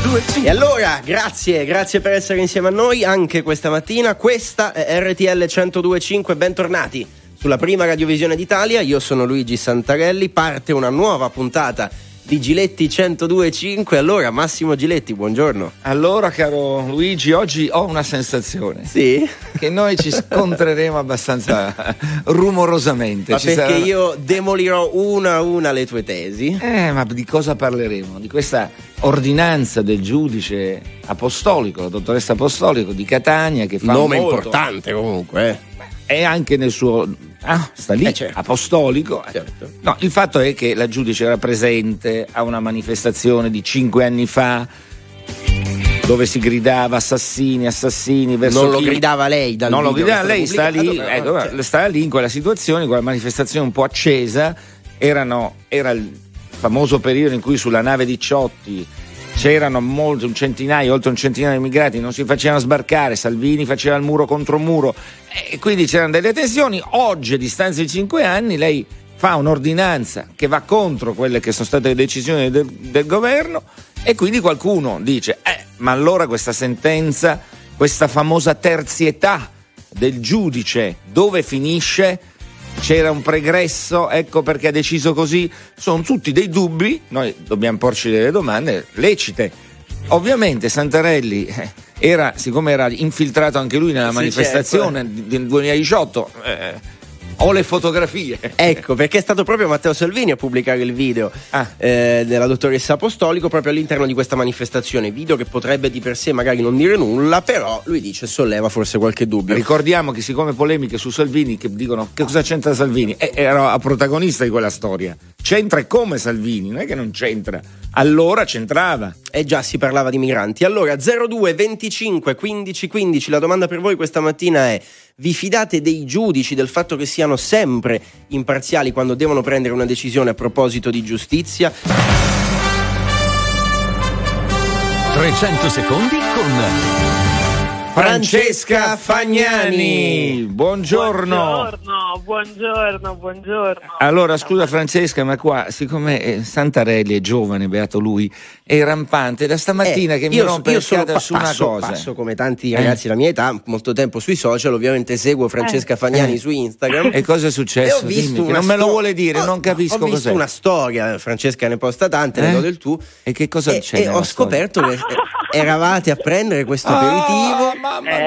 102.5. E allora, grazie per essere insieme a noi anche questa mattina. Questa è RTL 102.5, bentornati sulla prima radiovisione d'Italia. Io sono Luigi Santarelli, parte una nuova puntata di Giletti 102.5. Allora, Massimo Giletti, buongiorno. Allora, caro Luigi, oggi ho una sensazione. Sì? Che noi ci scontreremo abbastanza rumorosamente. Ma perché io demolirò una a una le tue tesi. Ma di cosa parleremo? Di questa ordinanza del giudice apostolico, la dottoressa Apostolico di Catania, che fa nome molto importante comunque. È anche nel suo... sta lì, certo. apostolico. Certo. No, il fatto è che la giudice era presente a una manifestazione di 5 anni fa dove si gridava assassini verso non lo gridava lei dal non video, lo gridava lei, sta lì, certo. stava lì in quella situazione, in quella manifestazione un po' accesa. Era il famoso periodo in cui sulla nave di Ciotti c'erano oltre un centinaio di immigrati, non si facevano sbarcare, Salvini faceva il muro contro muro e quindi c'erano delle tensioni. Oggi, a distanza di 5 anni, lei fa un'ordinanza che va contro quelle che sono state le decisioni del governo e quindi qualcuno dice ma allora questa sentenza, questa famosa terzietà del giudice dove finisce? C'era un pregresso, ecco perché ha deciso così. Sono tutti dei dubbi, noi dobbiamo porci delle domande lecite. Ovviamente Santarelli siccome era infiltrato anche lui nella manifestazione del 2018, ho le fotografie. Ecco, perché è stato proprio Matteo Salvini a pubblicare il video della dottoressa Apostolico proprio all'interno di questa manifestazione. Video che potrebbe di per sé magari non dire nulla, però lui dice solleva forse qualche dubbio. Ricordiamo che siccome polemiche su Salvini che dicono che cosa c'entra Salvini, era protagonista di quella storia. C'entra come Salvini, non è che non c'entra. Allora c'entrava. Già si parlava di migranti. Allora 02 25 15 15, la domanda per voi questa mattina è: vi fidate dei giudici, del fatto che siano sempre imparziali quando devono prendere una decisione a proposito di giustizia? 300 secondi con Francesca Fagnani. Buongiorno. Buongiorno. Allora, scusa Francesca, ma qua, siccome Santarelli è giovane, beato lui, è rampante da stamattina che mi rompe le scatole su una cosa. Passo come tanti ragazzi della mia età molto tempo sui social, ovviamente seguo Francesca Fagnani su Instagram. E cosa è successo? Ho visto Dimmi, non me lo vuole dire, non capisco cos'è. Ho visto una storia, Francesca ne posta tante, ne do del tu. E che cosa c'è? E ho scoperto che eravate a prendere questo aperitivo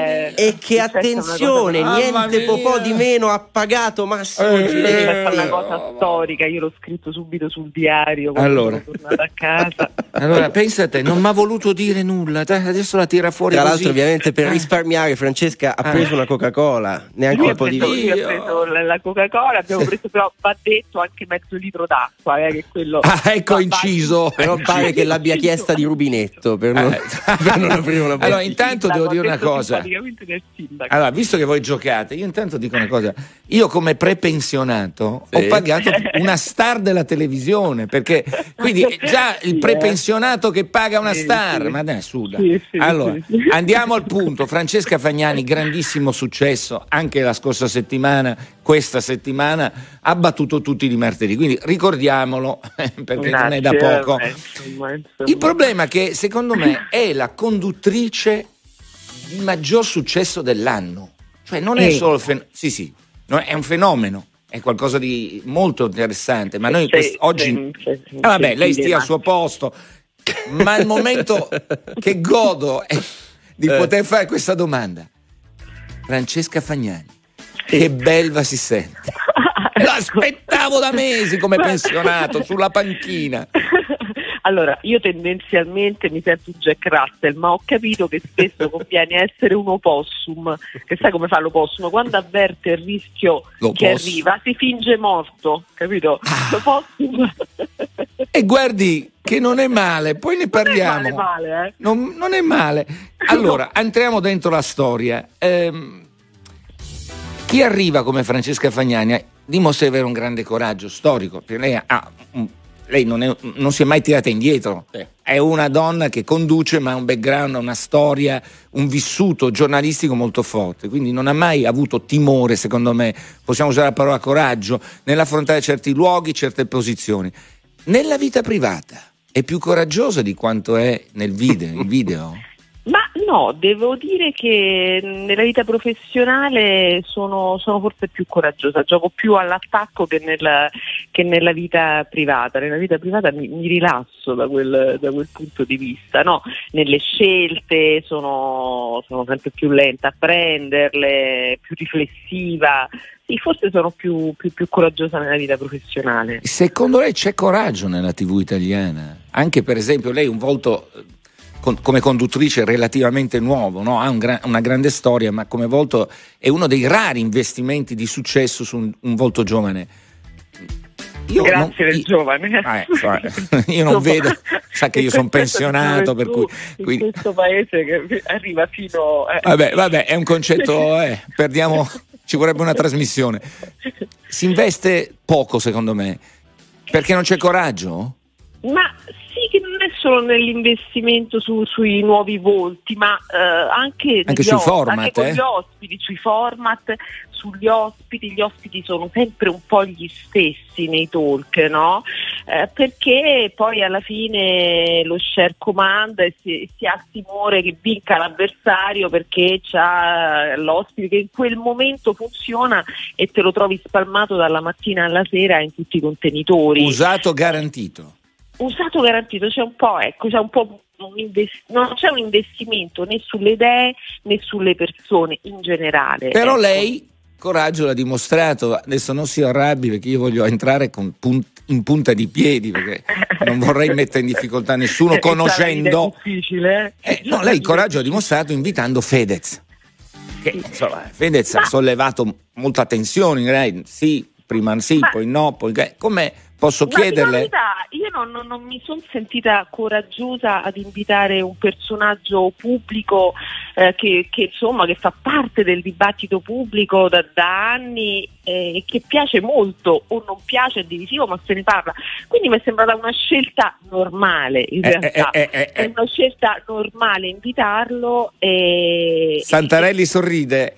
e che attenzione, niente po' di meno ha pagato Massimo Giletti. È una cosa storica, io l'ho scritto subito sul diario quando sono tornata a casa. Allora, pensa a te, non mi ha voluto dire nulla, adesso la tira fuori. Tra così. l'altro, ovviamente, per risparmiare, Francesca ha preso una Coca-Cola, neanche un po' di vino. Io ho preso la Coca-Cola, abbiamo preso però, va detto, anche mezzo litro d'acqua, che quello. Ecco inciso. Però pare che l'abbia chiesta di rubinetto per non aprire una bottiglia. Allora, intanto devo dire una cosa. Allora, visto che voi giocate, io intanto dico una cosa. Io come prepensionato ho pagato una star della televisione, perché quindi già il prepensionato che paga una star, ma dai, suda. Allora, andiamo al punto. Francesca Fagnani, grandissimo successo anche la scorsa settimana, questa settimana ha battuto tutti di martedì, quindi ricordiamolo perché non è da poco. Il problema è che secondo me è la conduttrice di maggior successo dell'anno, cioè non è solo no, è un fenomeno, è qualcosa di molto interessante, ma noi oggi vabbè, lei stia al suo posto, ma il momento che godo è di poter fare questa domanda. Francesca Fagnani, che belva si sente. L'aspettavo da mesi come pensionato sulla panchina. Allora, io tendenzialmente mi sento Jack Russell, ma ho capito che spesso conviene essere un opossum, che sai come fa l'opossum? Quando avverte il rischio che arriva, si finge morto, capito? L'opossum. E guardi che non è male, poi ne parliamo. Non è male. Allora, entriamo dentro la storia. Chi arriva come Francesca Fagnani dimostra di avere un grande coraggio storico, perché lei non si è mai tirata indietro, è una donna che conduce, ma ha un background, una storia, un vissuto giornalistico molto forte, quindi non ha mai avuto timore, secondo me, possiamo usare la parola coraggio, nell'affrontare certi luoghi, certe posizioni. Nella vita privata è più coraggiosa di quanto è nel video? Ma no, devo dire che nella vita professionale sono forse più coraggiosa, gioco più all'attacco che nella vita privata. Nella vita privata mi rilasso da quel punto di vista, no? Nelle scelte sono sempre più lenta a prenderle, più riflessiva. Sì, forse sono più coraggiosa nella vita professionale. Secondo lei c'è coraggio nella TV italiana? Anche per esempio lei un volto come conduttrice relativamente nuovo, no? Ha una grande storia, ma come volto è uno dei rari investimenti di successo su un volto giovane. Grazie del giovane. Io non vedo, sa che io sono pensionato, per cui in questo paese che arriva fino vabbè, è un concetto, perdiamo, ci vorrebbe una trasmissione. Si investe poco, secondo me, perché non c'è coraggio? Ma sì, che non è solo nell'investimento sui nuovi volti, ma anche sui format, anche con gli ospiti, sui format, sugli ospiti. Gli ospiti sono sempre un po' gli stessi nei talk, no? Perché poi alla fine lo share comanda e si ha timore che vinca l'avversario, perché c'ha l'ospite che in quel momento funziona e te lo trovi spalmato dalla mattina alla sera in tutti i contenitori. Usato garantito, c'è un po', non c'è un investimento né sulle idee né sulle persone in generale. Però lei coraggio l'ha dimostrato, adesso non si arrabbi perché io voglio entrare in punta di piedi, perché non vorrei mettere in difficoltà nessuno conoscendo. È difficile. No, lei coraggio ha dimostrato invitando Fedez, che insomma Fedez ha sollevato molta tensione, sì, prima sì, poi no, poi come posso chiederle? Io non mi sono sentita coraggiosa ad invitare un personaggio pubblico che fa parte del dibattito pubblico da anni e che piace molto o non piace, è divisivo, ma se ne parla. Quindi mi è sembrata una scelta normale, in realtà. È una scelta normale invitarlo. Santarelli sorride.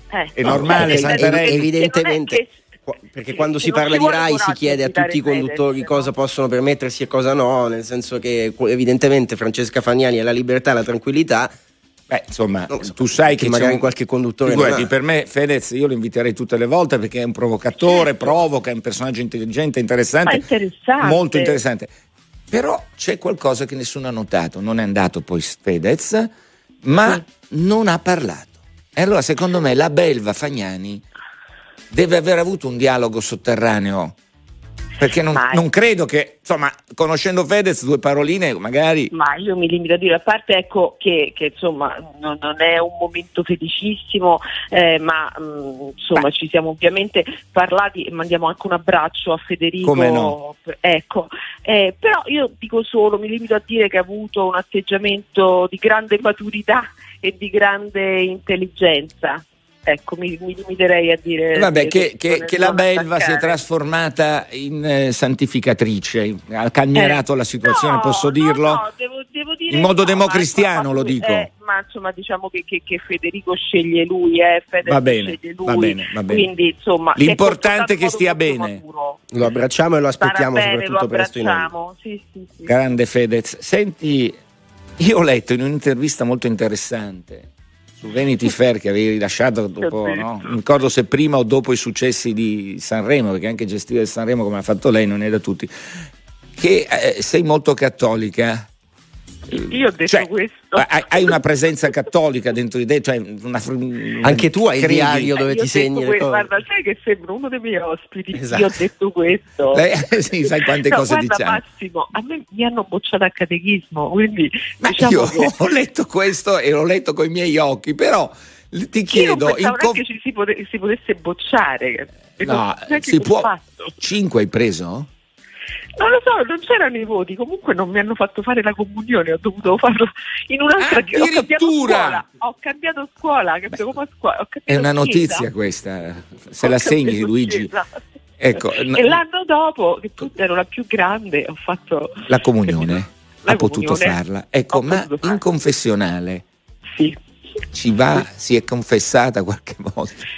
È normale, Santarelli. Evidentemente. Perché quando si parla di Rai si chiede a tutti i conduttori cosa possono permettersi e cosa no, nel senso che evidentemente Francesca Fagnani ha la libertà e la tranquillità. Insomma, tu sai che magari qualche conduttore per me Fedez io lo inviterei tutte le volte perché è un provocatore, provoca, è un personaggio intelligente, interessante, molto interessante. Però c'è qualcosa che nessuno ha notato, non è andato poi Fedez, ma non ha parlato. E allora secondo me la belva Fagnani deve aver avuto un dialogo sotterraneo, perché non credo che, insomma, conoscendo Fedez, due paroline magari. Ma io mi limito a dire, a parte che insomma non è un momento felicissimo, ma insomma ci siamo ovviamente parlati e mandiamo anche un abbraccio a Federico. Come no? Ecco, però io dico solo, mi limito a dire che ha avuto un atteggiamento di grande maturità e di grande intelligenza. Ecco, mi limiterei a dire che la belva si è trasformata in santificatrice, ha calmierato la situazione, posso dirlo? No, devo dire in modo democristiano lo dico. Ma insomma diciamo che Federico sceglie lui, Fedez sceglie lui. Va bene. Quindi insomma l'importante è che stia bene. Lo abbracciamo e lo aspettiamo soprattutto presto in noi. Sì. Grande Fedez. Senti, io ho letto in un'intervista molto interessante su Vanity Fair che avevi rilasciato dopo, no? Non ricordo se prima o dopo i successi di Sanremo, perché anche gestire Sanremo come ha fatto lei non è da tutti, che sei molto cattolica. Io ho detto questo. Hai una presenza cattolica dentro di te, cioè anche tu hai il diario dove ti segni le cose. Guarda, sai che sembra uno dei miei ospiti. Esatto. Io ho detto questo. Sì, sai quante cose diciamo. Massimo, a me mi hanno bocciato a catechismo, quindi io ho letto questo e l'ho letto coi miei occhi, però ti chiedo, io non che si potesse bocciare. No, si può. 5 hai preso? Non lo so, non c'erano i voti, comunque non mi hanno fatto fare la comunione, ho dovuto farlo in un'altra ho cambiato scuola, è una notizia questa, se la segni Luigi. Ecco, e l'anno dopo, che ero la più grande, ho fatto la comunione, potuto farla. Ecco, ma in confessionale sì. ci va, si è confessata qualche volta?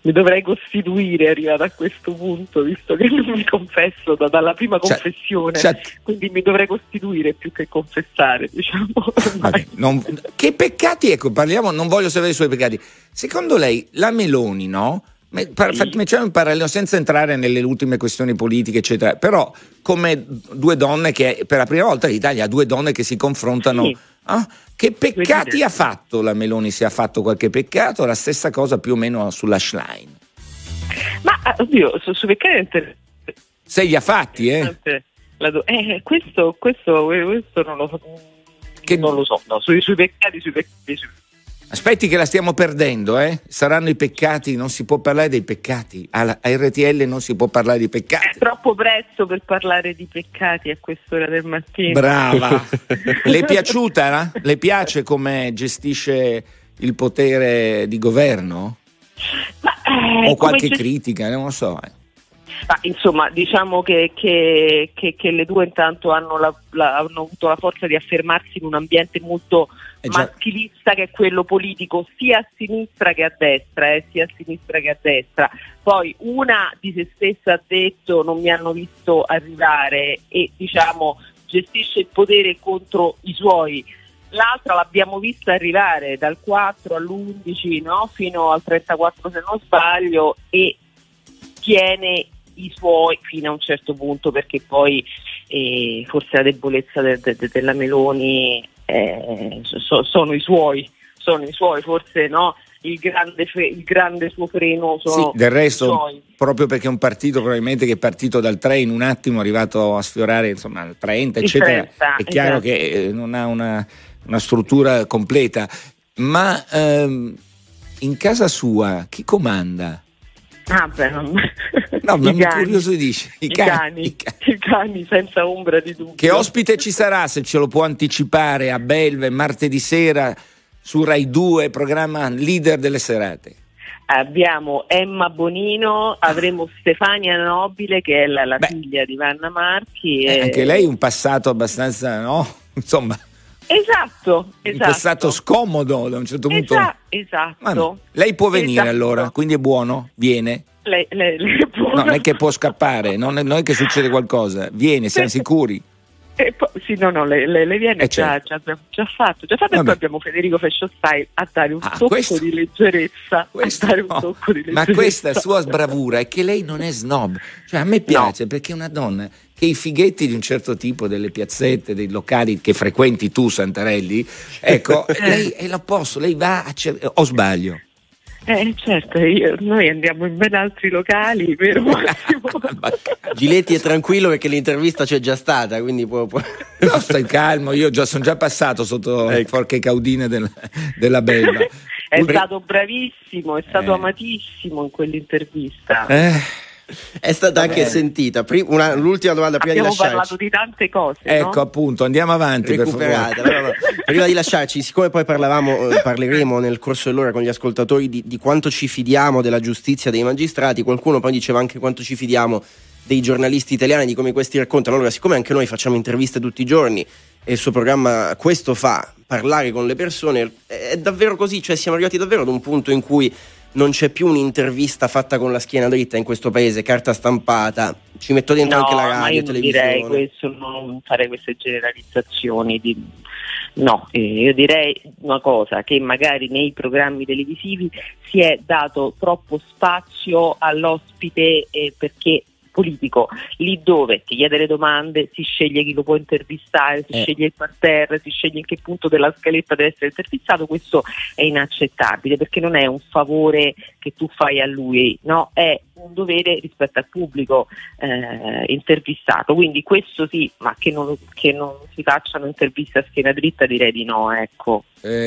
mi dovrei costituire arrivato a questo punto, visto che non mi confesso dalla prima confessione, quindi mi dovrei costituire più che confessare, diciamo. Vabbè, che peccati, ecco, parliamo, non voglio sapere i suoi peccati. Secondo lei la Meloni, no? Facciamo un parallelo senza entrare nelle ultime questioni politiche eccetera, però come due donne che per la prima volta in Italia ha due donne che si confrontano, che peccati ha fatto la Meloni? Se ha fatto qualche peccato, la stessa cosa più o meno sulla Schlein, ma oddio, su peccati se li ha fatti questo non lo so, non lo so, no, sui peccati. Aspetti che la stiamo perdendo, saranno i peccati, non si può parlare dei peccati, a RTL non si può parlare di peccati. È troppo presto per parlare di peccati a quest'ora del mattino. Brava. Le è piaciuta? Le piace come gestisce il potere di governo? O qualche critica, non lo so. Ma insomma, diciamo che le due intanto hanno avuto la forza di affermarsi in un ambiente molto maschilista, che è quello politico, sia a sinistra che a destra, Poi una di se stessa ha detto: non mi hanno visto arrivare, e diciamo gestisce il potere contro i suoi. L'altra l'abbiamo vista arrivare dal 4 all'11, no? Fino al 34 se non sbaglio, e tiene i suoi fino a un certo punto, perché poi forse la debolezza della Meloni sono i suoi, forse no, il grande suo freno sono del resto proprio perché è un partito probabilmente che è partito dal 3 in un attimo, è arrivato a sfiorare insomma il 30 eccetera, 30, è chiaro che non ha una struttura completa, ma in casa sua chi comanda? No, mi incuriosisce. I cani senza ombra di dubbio. Che ospite ci sarà, se ce lo può anticipare, a Belve martedì sera su Rai 2, programma leader delle serate? Abbiamo Emma Bonino, avremo Stefania Nobile, che è la figlia di Vanna Marchi, anche lei un passato abbastanza, no? Insomma, esatto. Un passato scomodo da un certo punto. Esatto. Lei può venire allora, quindi è buono? Viene? Lei è buono. No, non è che può scappare, non è che succede qualcosa, viene, siamo sicuri? Lei viene, già fatto, e poi abbiamo Federico Fashion Style a dare un tocco di leggerezza. Ma questa sua sbravura è che lei non è snob, cioè a me piace perché è una donna che i fighetti di un certo tipo, delle piazzette, dei locali che frequenti tu, Santarelli, ecco, lei è l'opposto, lei va o sbaglio? Certo, noi andiamo in ben altri locali, vero Massimo? Giletti è tranquillo perché l'intervista c'è già stata, quindi può... No, stai calmo, io sono già passato sotto forche caudine della Belva. È stato bravissimo, è stato amatissimo in quell'intervista. È stata anche sentita. L'ultima domanda prima abbiamo di lasciarci. Abbiamo parlato di tante cose. Ecco, no? Appunto, andiamo avanti. Recuperata. Prima di lasciarci, siccome poi parleremo nel corso dell'ora con gli ascoltatori di quanto ci fidiamo della giustizia dei magistrati, qualcuno poi diceva anche quanto ci fidiamo dei giornalisti italiani, di come questi raccontano. Allora, siccome anche noi facciamo interviste tutti i giorni e il suo programma questo fa, parlare con le persone, è davvero così, cioè siamo arrivati davvero ad un punto in cui non c'è più un'intervista fatta con la schiena dritta in questo paese, carta stampata, ci metto dentro anche la radio, televisione. Non direi questo, non fare queste generalizzazioni. No, io direi una cosa, che magari nei programmi televisivi si è dato troppo spazio all'ospite perché politico, lì dove ti chiede le domande, si sceglie chi lo può intervistare, si sceglie il parterre, si sceglie in che punto della scaletta deve essere intervistato. Questo è inaccettabile, perché non è un favore che tu fai a lui, no? È un dovere rispetto al pubblico intervistato. Quindi questo sì, ma che non si facciano interviste a schiena dritta, direi di no, ecco.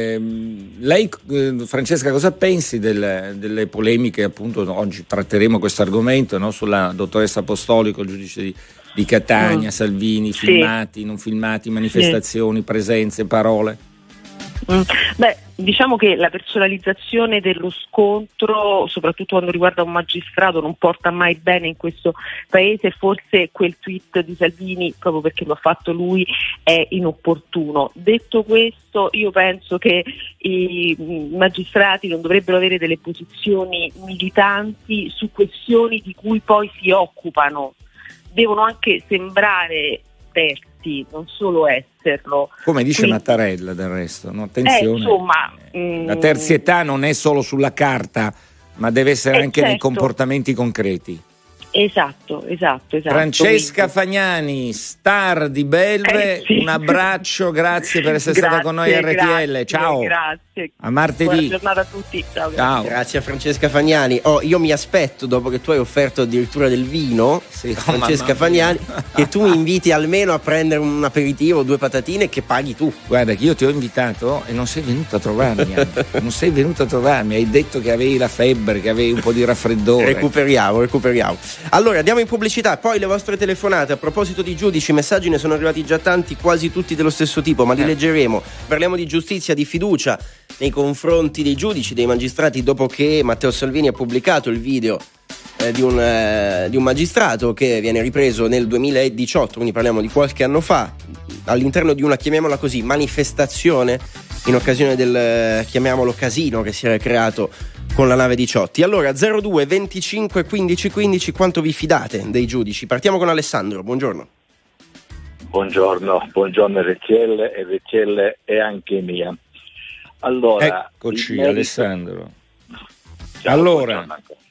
Lei, Francesca, cosa pensi delle polemiche? Appunto oggi tratteremo questo argomento, no? Sulla dottoressa Apostolico, il giudice di Catania, Salvini, filmati, non filmati, manifestazioni, presenze, parole. diciamo che la personalizzazione dello scontro, soprattutto quando riguarda un magistrato, non porta mai bene in questo paese. Forse quel tweet di Salvini, proprio perché lo ha fatto lui, è inopportuno. Detto questo, io penso che i magistrati non dovrebbero avere delle posizioni militanti su questioni di cui poi si occupano, devono anche sembrare terzi, non solo esserlo. Come dice Mattarella, del resto, no? Attenzione, la terzietà non è solo sulla carta, ma deve essere anche nei comportamenti concreti. Esatto. Francesca Fagnani, star di Belve, sì. Un abbraccio, grazie per essere stata con noi a RTL. Ciao. Grazie. A martedì. Buona giornata a tutti. Ciao. Grazie a Francesca Fagnani. Io mi aspetto, dopo che tu hai offerto addirittura del vino, Francesca Fagnani, che tu mi inviti almeno a prendere un aperitivo, 2 patatine, che paghi tu. Guarda che io ti ho invitato e non sei venuto a trovarmi. Hai detto che avevi la febbre, che avevi un po' di raffreddore. Recuperiamo. Allora andiamo in pubblicità, poi le vostre telefonate. A proposito di giudici, messaggi ne sono arrivati già tanti, quasi tutti dello stesso tipo, ma li leggeremo. Parliamo di giustizia, di fiducia nei confronti dei giudici, dei magistrati, dopo che Matteo Salvini ha pubblicato il video di un magistrato che viene ripreso nel 2018, quindi parliamo di qualche anno fa, all'interno di una, chiamiamola così, manifestazione in occasione del, chiamiamolo, casino che si era creato con la nave Diciotti. Allora 02 25 15 15, quanto vi fidate dei giudici? Partiamo con Alessandro, buongiorno. Buongiorno RTL è anche mia. Allora, eccoci Alessandro. Ciao, allora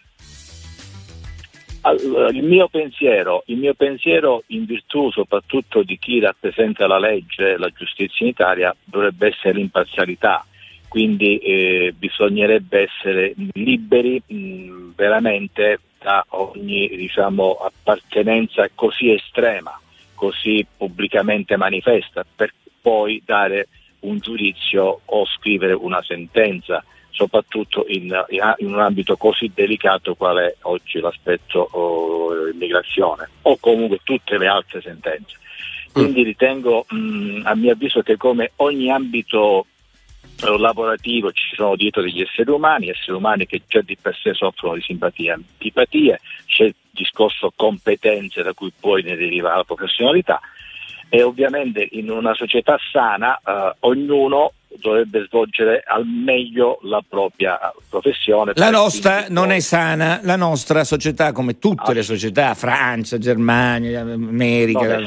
il mio pensiero in virtù soprattutto di chi rappresenta la legge, la giustizia in Italia, dovrebbe essere l'imparzialità. Quindi bisognerebbe essere liberi veramente da ogni, appartenenza così estrema, così pubblicamente manifesta, per poi dare un giudizio o scrivere una sentenza, soprattutto in un ambito così delicato qual è oggi l'aspetto immigrazione, o comunque tutte le altre sentenze. Quindi ritengo, a mio avviso, che come ogni ambito lavorativo ci sono dietro degli esseri umani che già di per sé soffrono di simpatie e antipatie, c'è il discorso competenze da cui poi ne deriva la professionalità, e ovviamente in una società sana ognuno dovrebbe svolgere al meglio la propria professione. La nostra non è sana, la nostra società, come tutte le società, Francia, Germania, America,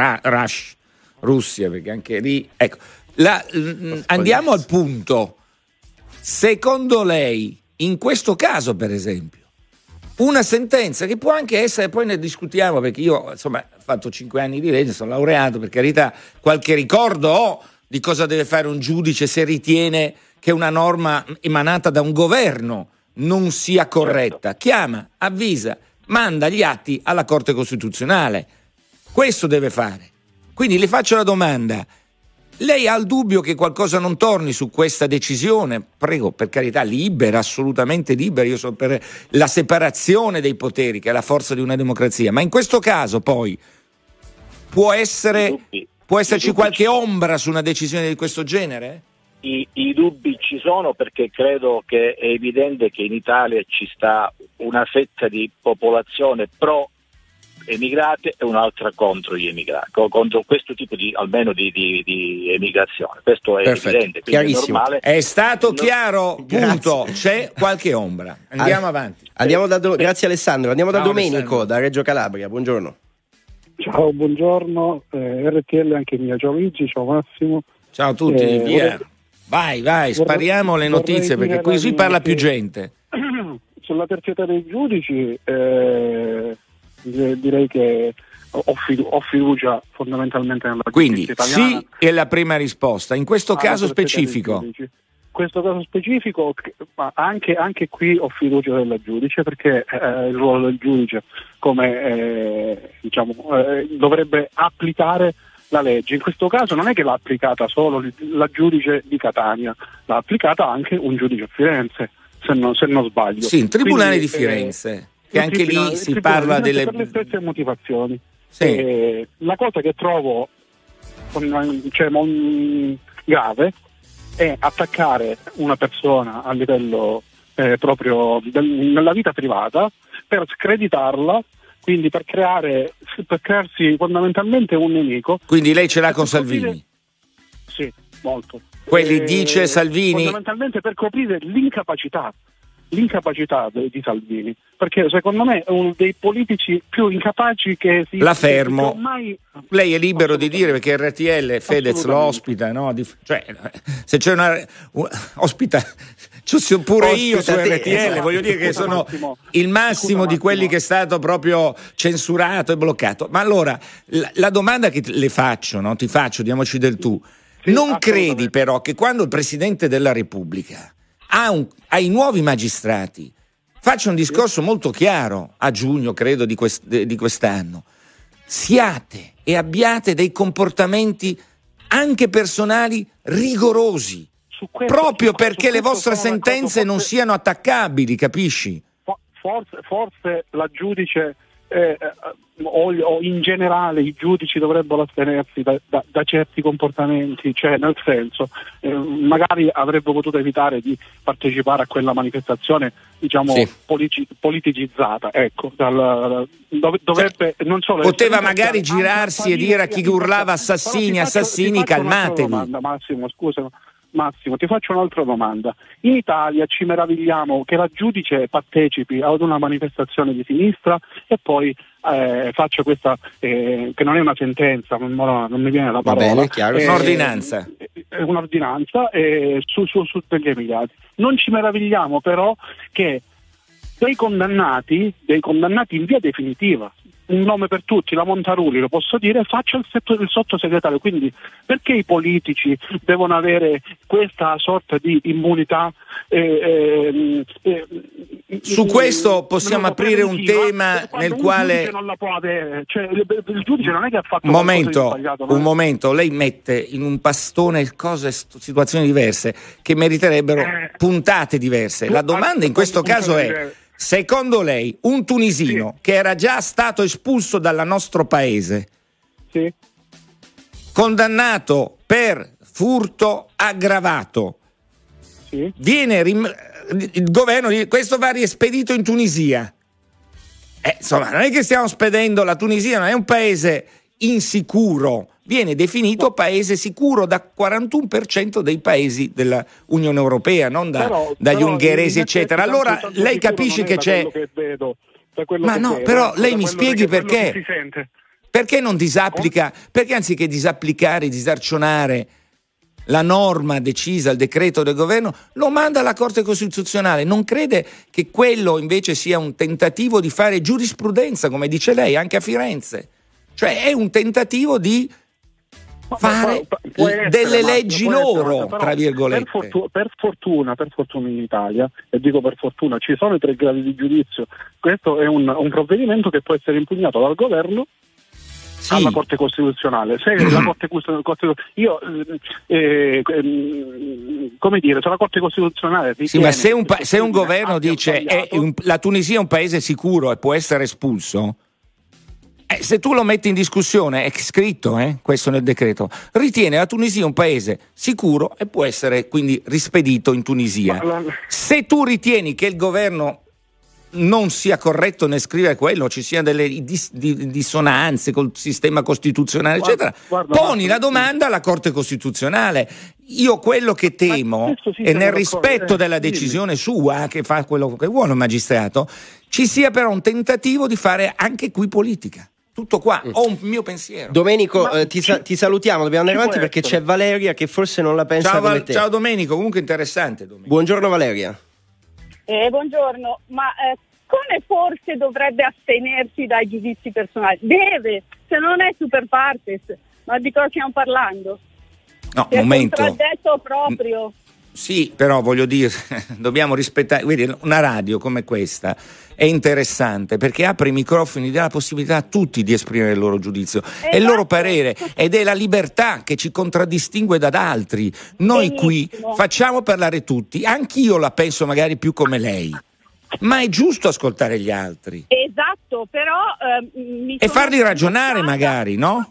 Russia, perché anche lì, ecco. Andiamo al punto. Secondo lei, in questo caso per esempio, una sentenza che può anche essere, poi ne discutiamo, perché io insomma ho fatto 5 anni di legge, sono laureato, per carità, qualche ricordo ho di cosa deve fare un giudice se ritiene che una norma emanata da un governo non sia corretta. Chiama, avvisa, manda gli atti alla Corte Costituzionale. Questo deve fare. Quindi le faccio la domanda: lei ha il dubbio che qualcosa non torni su questa decisione? Prego, per carità, libera, assolutamente libera, io sono per la separazione dei poteri, che è la forza di una democrazia, ma in questo caso poi può esserci qualche ombra su una decisione di questo genere? I dubbi ci sono, perché credo che è evidente che in Italia ci sta una fetta di popolazione pro emigrati e un'altra contro gli emigrati, contro questo tipo di emigrazione. Questo è evidente, quindi è normale. È stato chiaro, punto. C'è qualche ombra. Andiamo avanti. Grazie Alessandro. Andiamo da Domenico, Alessandro, da Reggio Calabria. Buongiorno. Ciao, buongiorno. RTL anche mia. Ciao Luigi, ciao Massimo. Ciao a tutti, via. Vai, spariamo le notizie, perché così parla più gente. Sulla terzietà dei giudici direi che ho fiducia fondamentalmente nella giustizia italiana. Quindi sì è la prima risposta. In questo caso specifico, ma anche qui ho fiducia della giudice, perché il ruolo del giudice dovrebbe applicare la legge. In questo caso non è che l'ha applicata solo la giudice di Catania, l'ha applicata anche un giudice a Firenze, se non sbaglio. Sì, in tribunale di Firenze. Che anche lì si parla delle... per le stesse motivazioni. Sì. La cosa che trovo grave è attaccare una persona a livello proprio nella vita privata, per screditarla, quindi per crearsi fondamentalmente un nemico. Quindi lei ce l'ha con Salvini? Sì, molto. Quelli dice Salvini? Fondamentalmente per coprire l'incapacità di Salvini, perché secondo me è uno dei politici più incapaci che si... La fermo. Lei è libero di dire, perché RTL Fedez lo ospita, no? Cioè, se c'è ospita pure io su RTL, voglio dire che sono il massimo di quelli che è stato proprio censurato e bloccato. Ma allora, la domanda che le faccio, no? Ti faccio, diamoci del tu. Non credi però che quando il Presidente della Repubblica ai nuovi magistrati faccia un discorso molto chiaro a giugno, credo, di quest'anno, siate e abbiate dei comportamenti anche personali rigorosi, proprio perché le vostre sentenze non siano attaccabili, capisci? Forse la giudice o in generale i giudici dovrebbero astenersi da certi comportamenti, cioè nel senso magari avrebbe potuto evitare di partecipare a quella manifestazione, diciamo, politicizzata, ecco, dovrebbe, non solo poteva magari girarsi e dire a chi urlava assassini, calmatevi. Massimo, ti faccio un'altra domanda. In Italia ci meravigliamo che la giudice partecipi ad una manifestazione di sinistra e poi faccia questa, che non è una sentenza, non mi viene la parola. Va bene, chiaro. Un'ordinanza su degli emigrati. Non ci meravigliamo però che dei condannati in via definitiva, un nome per tutti, la Montarulli, lo posso dire, faccia il sottosegretario. Quindi perché i politici devono avere questa sorta di immunità? Su questo possiamo aprire un tema nel quale non la può avere. Cioè, il giudice non è che ha fatto un momento, lei mette in un pastone situazioni diverse che meriterebbero puntate diverse. La domanda in questo caso è: secondo lei un tunisino che era già stato espulso dal nostro paese, condannato per furto aggravato, il governo dice questo va riespedito in Tunisia? Insomma, non è che stiamo spedendo, la Tunisia non è un paese insicuro, viene definito paese sicuro da 41% dei paesi dell'Unione Europea, non dagli ungheresi eccetera. Allora lei capisce che c'è però lei mi spieghi perché non disapplica, perché anziché disapplicare, disarcionare la norma decisa, il decreto del governo, lo manda alla Corte Costituzionale? Non crede che quello invece sia un tentativo di fare giurisprudenza, come dice lei, anche a Firenze? Cioè è un tentativo di fare delle leggi loro, tra virgolette. Per fortuna in Italia, e dico per fortuna, ci sono i 3 gradi di giudizio. Questo è un provvedimento che può essere impugnato dal governo alla Corte Costituzionale. Se la Corte Costituzionale, come dire, se la Corte Costituzionale ma se un governo dice la Tunisia è un paese sicuro e può essere espulso, se tu lo metti in discussione, è scritto questo nel decreto, ritiene la Tunisia un paese sicuro e può essere quindi rispedito in Tunisia. Se tu ritieni che il governo non sia corretto nel scrivere quello, ci siano delle dissonanze col sistema costituzionale eccetera, poni la domanda alla Corte Costituzionale. Io quello che temo è nel rispetto della decisione sua, che fa quello che vuole un magistrato, ci sia però un tentativo di fare anche qui politica. Tutto qua, ho un mio pensiero. Domenico, ti salutiamo, dobbiamo andare avanti perché c'è Valeria che forse non la pensa come te. Ciao Domenico, comunque interessante. Domenico. Buongiorno Valeria. Buongiorno, ma come forse dovrebbe astenersi dai giudizi personali? Deve, se non è super partes, ma di cosa stiamo parlando? No, un momento. Contraddetto proprio. Sì, però voglio dire, dobbiamo rispettare, vedi, una radio come questa è interessante perché apre i microfoni, dà la possibilità a tutti di esprimere il loro giudizio e il loro parere, ed è la libertà che ci contraddistingue da altri. Noi qui facciamo parlare tutti, anch'io la penso magari più come lei, ma è giusto ascoltare gli altri. Esatto, però e farli ragionare magari, no?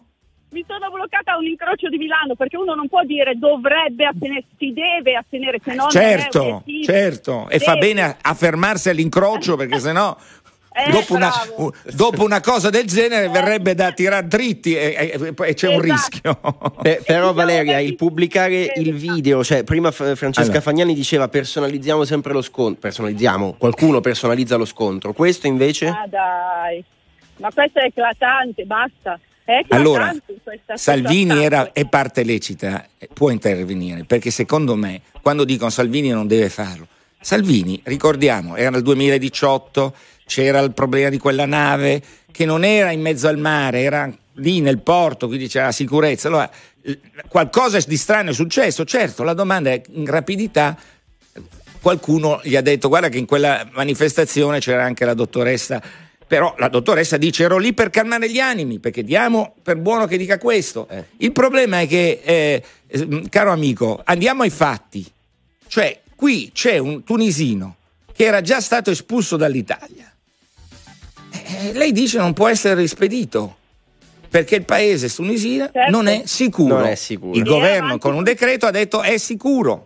mi sono bloccata a un incrocio di Milano, perché uno non può dire dovrebbe astenere, si deve astenere, se no certo, non è obiettivo. Certo, e fa bene a fermarsi all'incrocio, perché sennò dopo una cosa del genere verrebbe da tirare dritti e c'è un rischio. Però Valeria, il pubblicare il video, cioè prima Francesca Fagnani diceva personalizziamo sempre lo scontro, qualcuno personalizza lo scontro, questo invece? Ah dai, ma questo è eclatante, basta. Allora, Salvini è parte lecita, può intervenire, perché secondo me quando dicono Salvini non deve farlo, Salvini, ricordiamo, era nel 2018, c'era il problema di quella nave che non era in mezzo al mare, era lì nel porto, quindi c'era la sicurezza. Allora, qualcosa di strano è successo, certo, la domanda è in rapidità. Qualcuno gli ha detto guarda che in quella manifestazione c'era anche la dottoressa, però la dottoressa dice ero lì per calmare gli animi, perché diamo per buono che dica questo. Il problema è che, caro amico, andiamo ai fatti, cioè qui c'è un tunisino che era già stato espulso dall'Italia. Lei dice non può essere rispedito perché il paese tunisino non è sicuro. Non è sicuro. Il governo con un decreto ha detto è sicuro.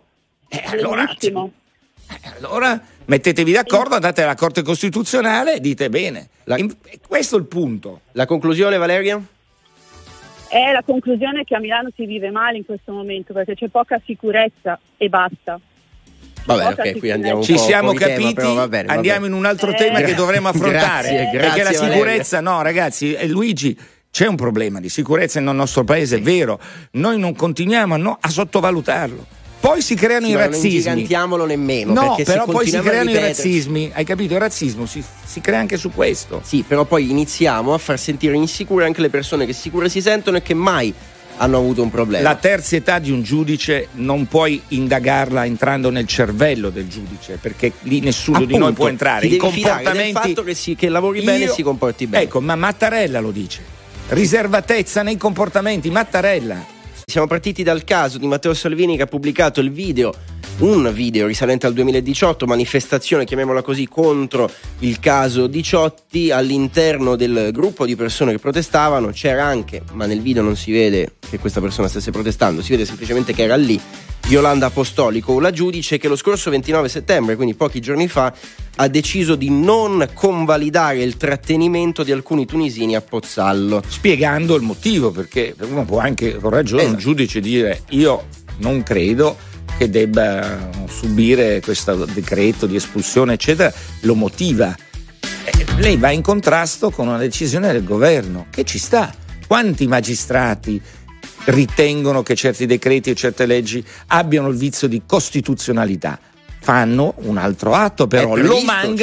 Allora mettetevi d'accordo, andate alla Corte Costituzionale e dite bene. Questo è il punto. La conclusione, Valeria? La conclusione è che a Milano si vive male in questo momento perché c'è poca sicurezza e basta. Vabbè, ok, qui andiamo un ci po' siamo fuori capiti, tema, però va bene. Andiamo in un altro tema che dovremo affrontare, grazie, perché la sicurezza, Valeria. no ragazzi, Luigi, c'è un problema di sicurezza nel nostro paese, è vero, noi non continuiamo a sottovalutarlo. Poi si creano i razzismi. Non gigantiamolo nemmeno. No, perché però poi si creano i razzismi. Hai capito? Il razzismo si crea anche su questo. Sì, però poi iniziamo a far sentire insicure anche le persone che sicure si sentono e che mai hanno avuto un problema. La terzietà di un giudice non puoi indagarla entrando nel cervello del giudice, perché lì nessuno di noi può entrare. I comportamenti del fatto che lavori bene e si comporti bene. Ecco, ma Mattarella lo dice. Riservatezza nei comportamenti, Mattarella. Siamo partiti dal caso di Matteo Salvini che ha pubblicato un video risalente al 2018, manifestazione, chiamiamola così, contro il caso Diciotti. All'interno del gruppo di persone che protestavano c'era anche, ma nel video non si vede che questa persona stesse protestando, si vede semplicemente che era lì Yolanda Apostolico, la giudice che lo scorso 29 settembre, quindi pochi giorni fa, ha deciso di non convalidare il trattenimento di alcuni tunisini a Pozzallo, spiegando il motivo, perché uno può anche con ragione un giudice dire io non credo che debba subire questo decreto di espulsione eccetera, lo motiva. Lei va in contrasto con una decisione del governo che ci sta. Quanti magistrati ritengono che certi decreti e certe leggi abbiano il vizio di costituzionalità? Fanno un altro atto, però lo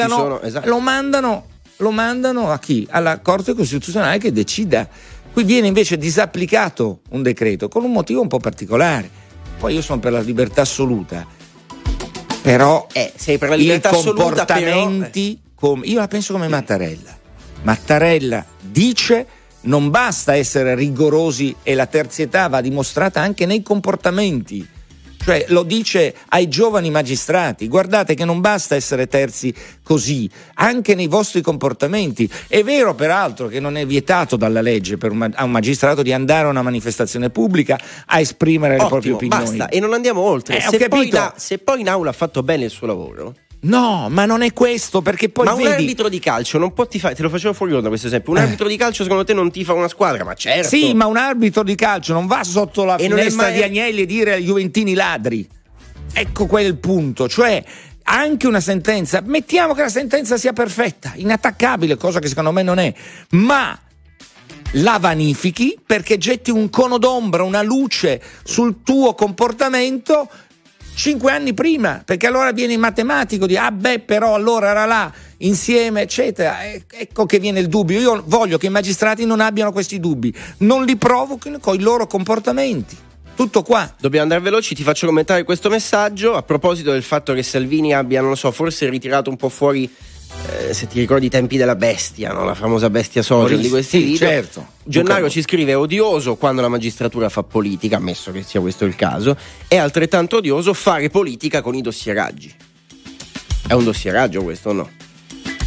mandano a chi? Alla Corte Costituzionale che decida. Qui viene invece disapplicato un decreto con un motivo un po' particolare. Poi io sono per la libertà assoluta, però sei per la libertà i comportamenti io la penso come Mattarella. Mattarella dice non basta essere rigorosi e la terzietà va dimostrata anche nei comportamenti. Cioè lo dice ai giovani magistrati, guardate che non basta essere terzi così, anche nei vostri comportamenti. È vero peraltro che non è vietato dalla legge a un magistrato di andare a una manifestazione pubblica a esprimere le proprie opinioni. Basta, e non andiamo oltre. Se poi in aula ha fatto bene il suo lavoro. No, ma non è questo, perché poi un arbitro di calcio non può tifare, te lo facevo fuori onda questo esempio. Un arbitro di calcio secondo te non tifa una squadra? Ma certo. Sì, ma un arbitro di calcio non va sotto la finestra di Agnelli e dire agli juventini ladri. Ecco quel punto, cioè anche una sentenza, mettiamo che la sentenza sia perfetta, inattaccabile, cosa che secondo me non è, ma la vanifichi perché getti un cono d'ombra, una luce sul tuo comportamento 5 anni prima, perché allora viene il matematico di però allora era là insieme eccetera. Ecco che viene il dubbio. Io voglio che i magistrati non abbiano questi dubbi, non li provochino con i loro comportamenti. Tutto qua. Dobbiamo andare veloci, ti faccio commentare questo messaggio a proposito del fatto che Salvini abbia, non lo so, forse ritirato un po' fuori, se ti ricordi i tempi della bestia, no? La famosa bestia social di questi video. Certo. Gennaro ci scrive: è odioso quando la magistratura fa politica, ammesso che sia questo il caso, è altrettanto odioso fare politica con i dossieraggi. È un dossieraggio questo o no?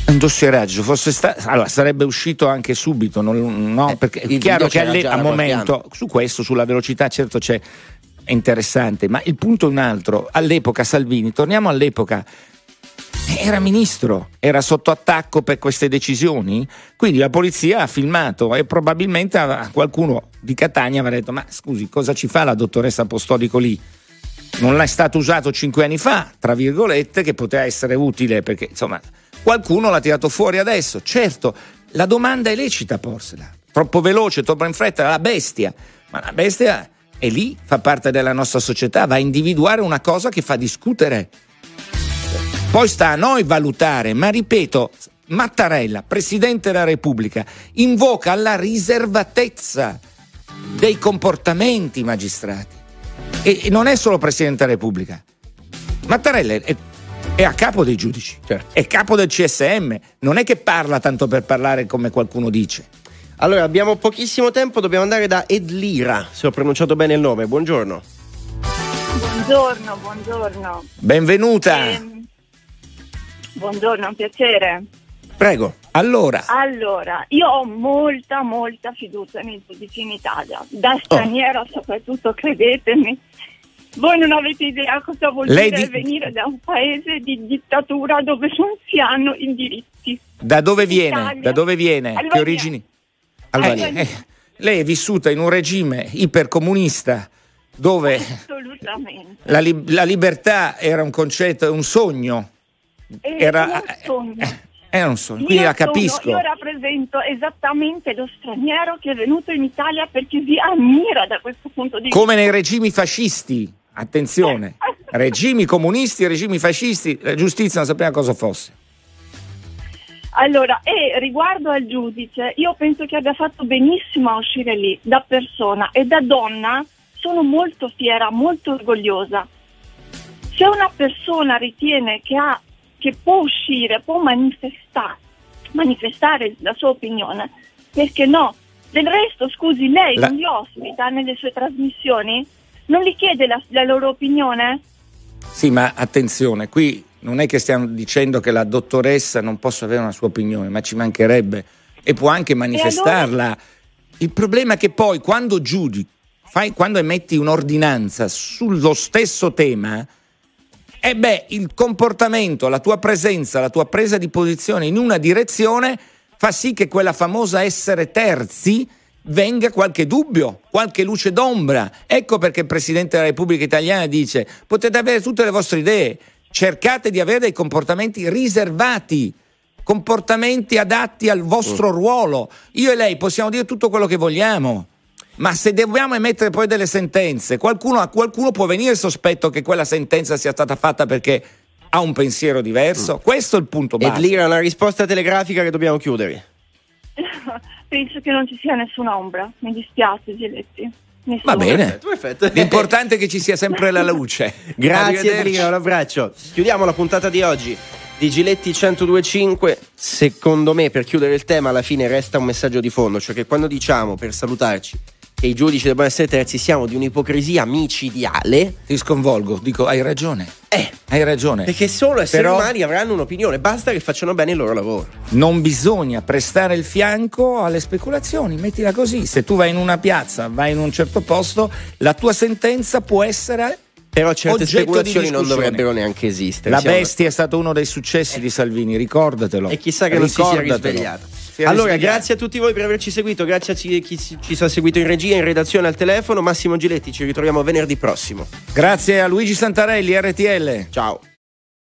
Un dossieraggio fosse stato, allora sarebbe uscito anche subito, no? Perché è chiaro che a momento su questo, sulla velocità, certo è interessante, ma il punto è un altro. All'epoca Salvini, torniamo all'epoca, era ministro, era sotto attacco per queste decisioni, quindi la polizia ha filmato e probabilmente qualcuno di Catania aveva detto: ma scusi, cosa ci fa la dottoressa Apostolico lì? Non è stato usato 5 anni fa, tra virgolette, che poteva essere utile, perché insomma qualcuno l'ha tirato fuori adesso. Certo, la domanda è lecita porsela, troppo veloce, troppo in fretta, la bestia, ma la bestia è lì, fa parte della nostra società, va a individuare una cosa che fa discutere. Poi sta a noi valutare, ma ripeto, Mattarella, Presidente della Repubblica, invoca la riservatezza dei comportamenti magistrati. E non è solo Presidente della Repubblica. Mattarella è a capo dei giudici, certo. È capo del CSM, non è che parla tanto per parlare come qualcuno dice. Allora, abbiamo pochissimo tempo, dobbiamo andare da Edlira, se ho pronunciato bene il nome. Buongiorno. Buongiorno. Benvenuta. Buongiorno, un piacere. Prego. Allora, io ho molta fiducia nei giudici in Italia, da straniera soprattutto, credetemi. Voi non avete idea cosa vuol dire venire da un paese di dittatura dove non si hanno i diritti. Da dove viene? Albania. Che origini? Albania. Lei è vissuta in un regime ipercomunista dove la libertà era un concetto, un sogno. Era un sogno, quindi la capisco. Io rappresento esattamente lo straniero che è venuto in Italia perché si ammira da questo punto di vista. Come nei regimi fascisti, attenzione, regimi comunisti e regimi fascisti, la giustizia non sapeva cosa fosse. Allora, e riguardo al giudice, io penso che abbia fatto benissimo a uscire lì, da persona e da donna. Sono molto fiera, molto orgogliosa. Se una persona ritiene che può uscire, può manifestare la sua opinione, perché no? Del resto, scusi, lei non li ospita nelle sue trasmissioni? Non gli chiede la loro opinione? Sì, ma attenzione, qui non è che stiamo dicendo che la dottoressa non possa avere una sua opinione, ma ci mancherebbe, e può anche manifestarla. Allora? Il problema è che poi quando quando emetti un'ordinanza sullo stesso tema, il comportamento, la tua presenza, la tua presa di posizione in una direzione fa sì che quella famosa essere terzi venga qualche dubbio, qualche luce d'ombra. Ecco perché il Presidente della Repubblica Italiana dice: potete avere tutte le vostre idee, cercate di avere dei comportamenti riservati, comportamenti adatti al vostro ruolo. Io e lei possiamo dire tutto quello che vogliamo, ma se dobbiamo emettere poi delle sentenze, a qualcuno può venire il sospetto che quella sentenza sia stata fatta perché ha un pensiero diverso. Questo è il punto base. Edlira, una risposta telegrafica che dobbiamo chiudere. Penso che non ci sia nessuna ombra, mi dispiace Giletti. Va bene, l'importante è che ci sia sempre la luce. Grazie Edlira, un abbraccio. Chiudiamo la puntata di oggi di Giletti 102.5. Secondo me, per chiudere il tema, alla fine resta un messaggio di fondo, cioè che quando diciamo, per salutarci, che i giudici debbano essere terzi, siamo di un'ipocrisia micidiale. Ti sconvolgo, dico hai ragione. Hai ragione. Perché solo esseri umani avranno un'opinione, basta che facciano bene il loro lavoro. Non bisogna prestare il fianco alle speculazioni, mettila così. Se tu vai in una piazza, vai in un certo posto, la tua sentenza può essere... Però certe speculazioni non dovrebbero neanche esistere. La bestia è stato uno dei successi di Salvini, ricordatelo. E chissà che non si sia risvegliato. Allora, grazie a tutti voi per averci seguito, grazie a chi ci ha seguito in regia, in redazione, al telefono. Massimo Giletti, ci ritroviamo venerdì prossimo. Grazie a Luigi Santarelli, RTL. Ciao.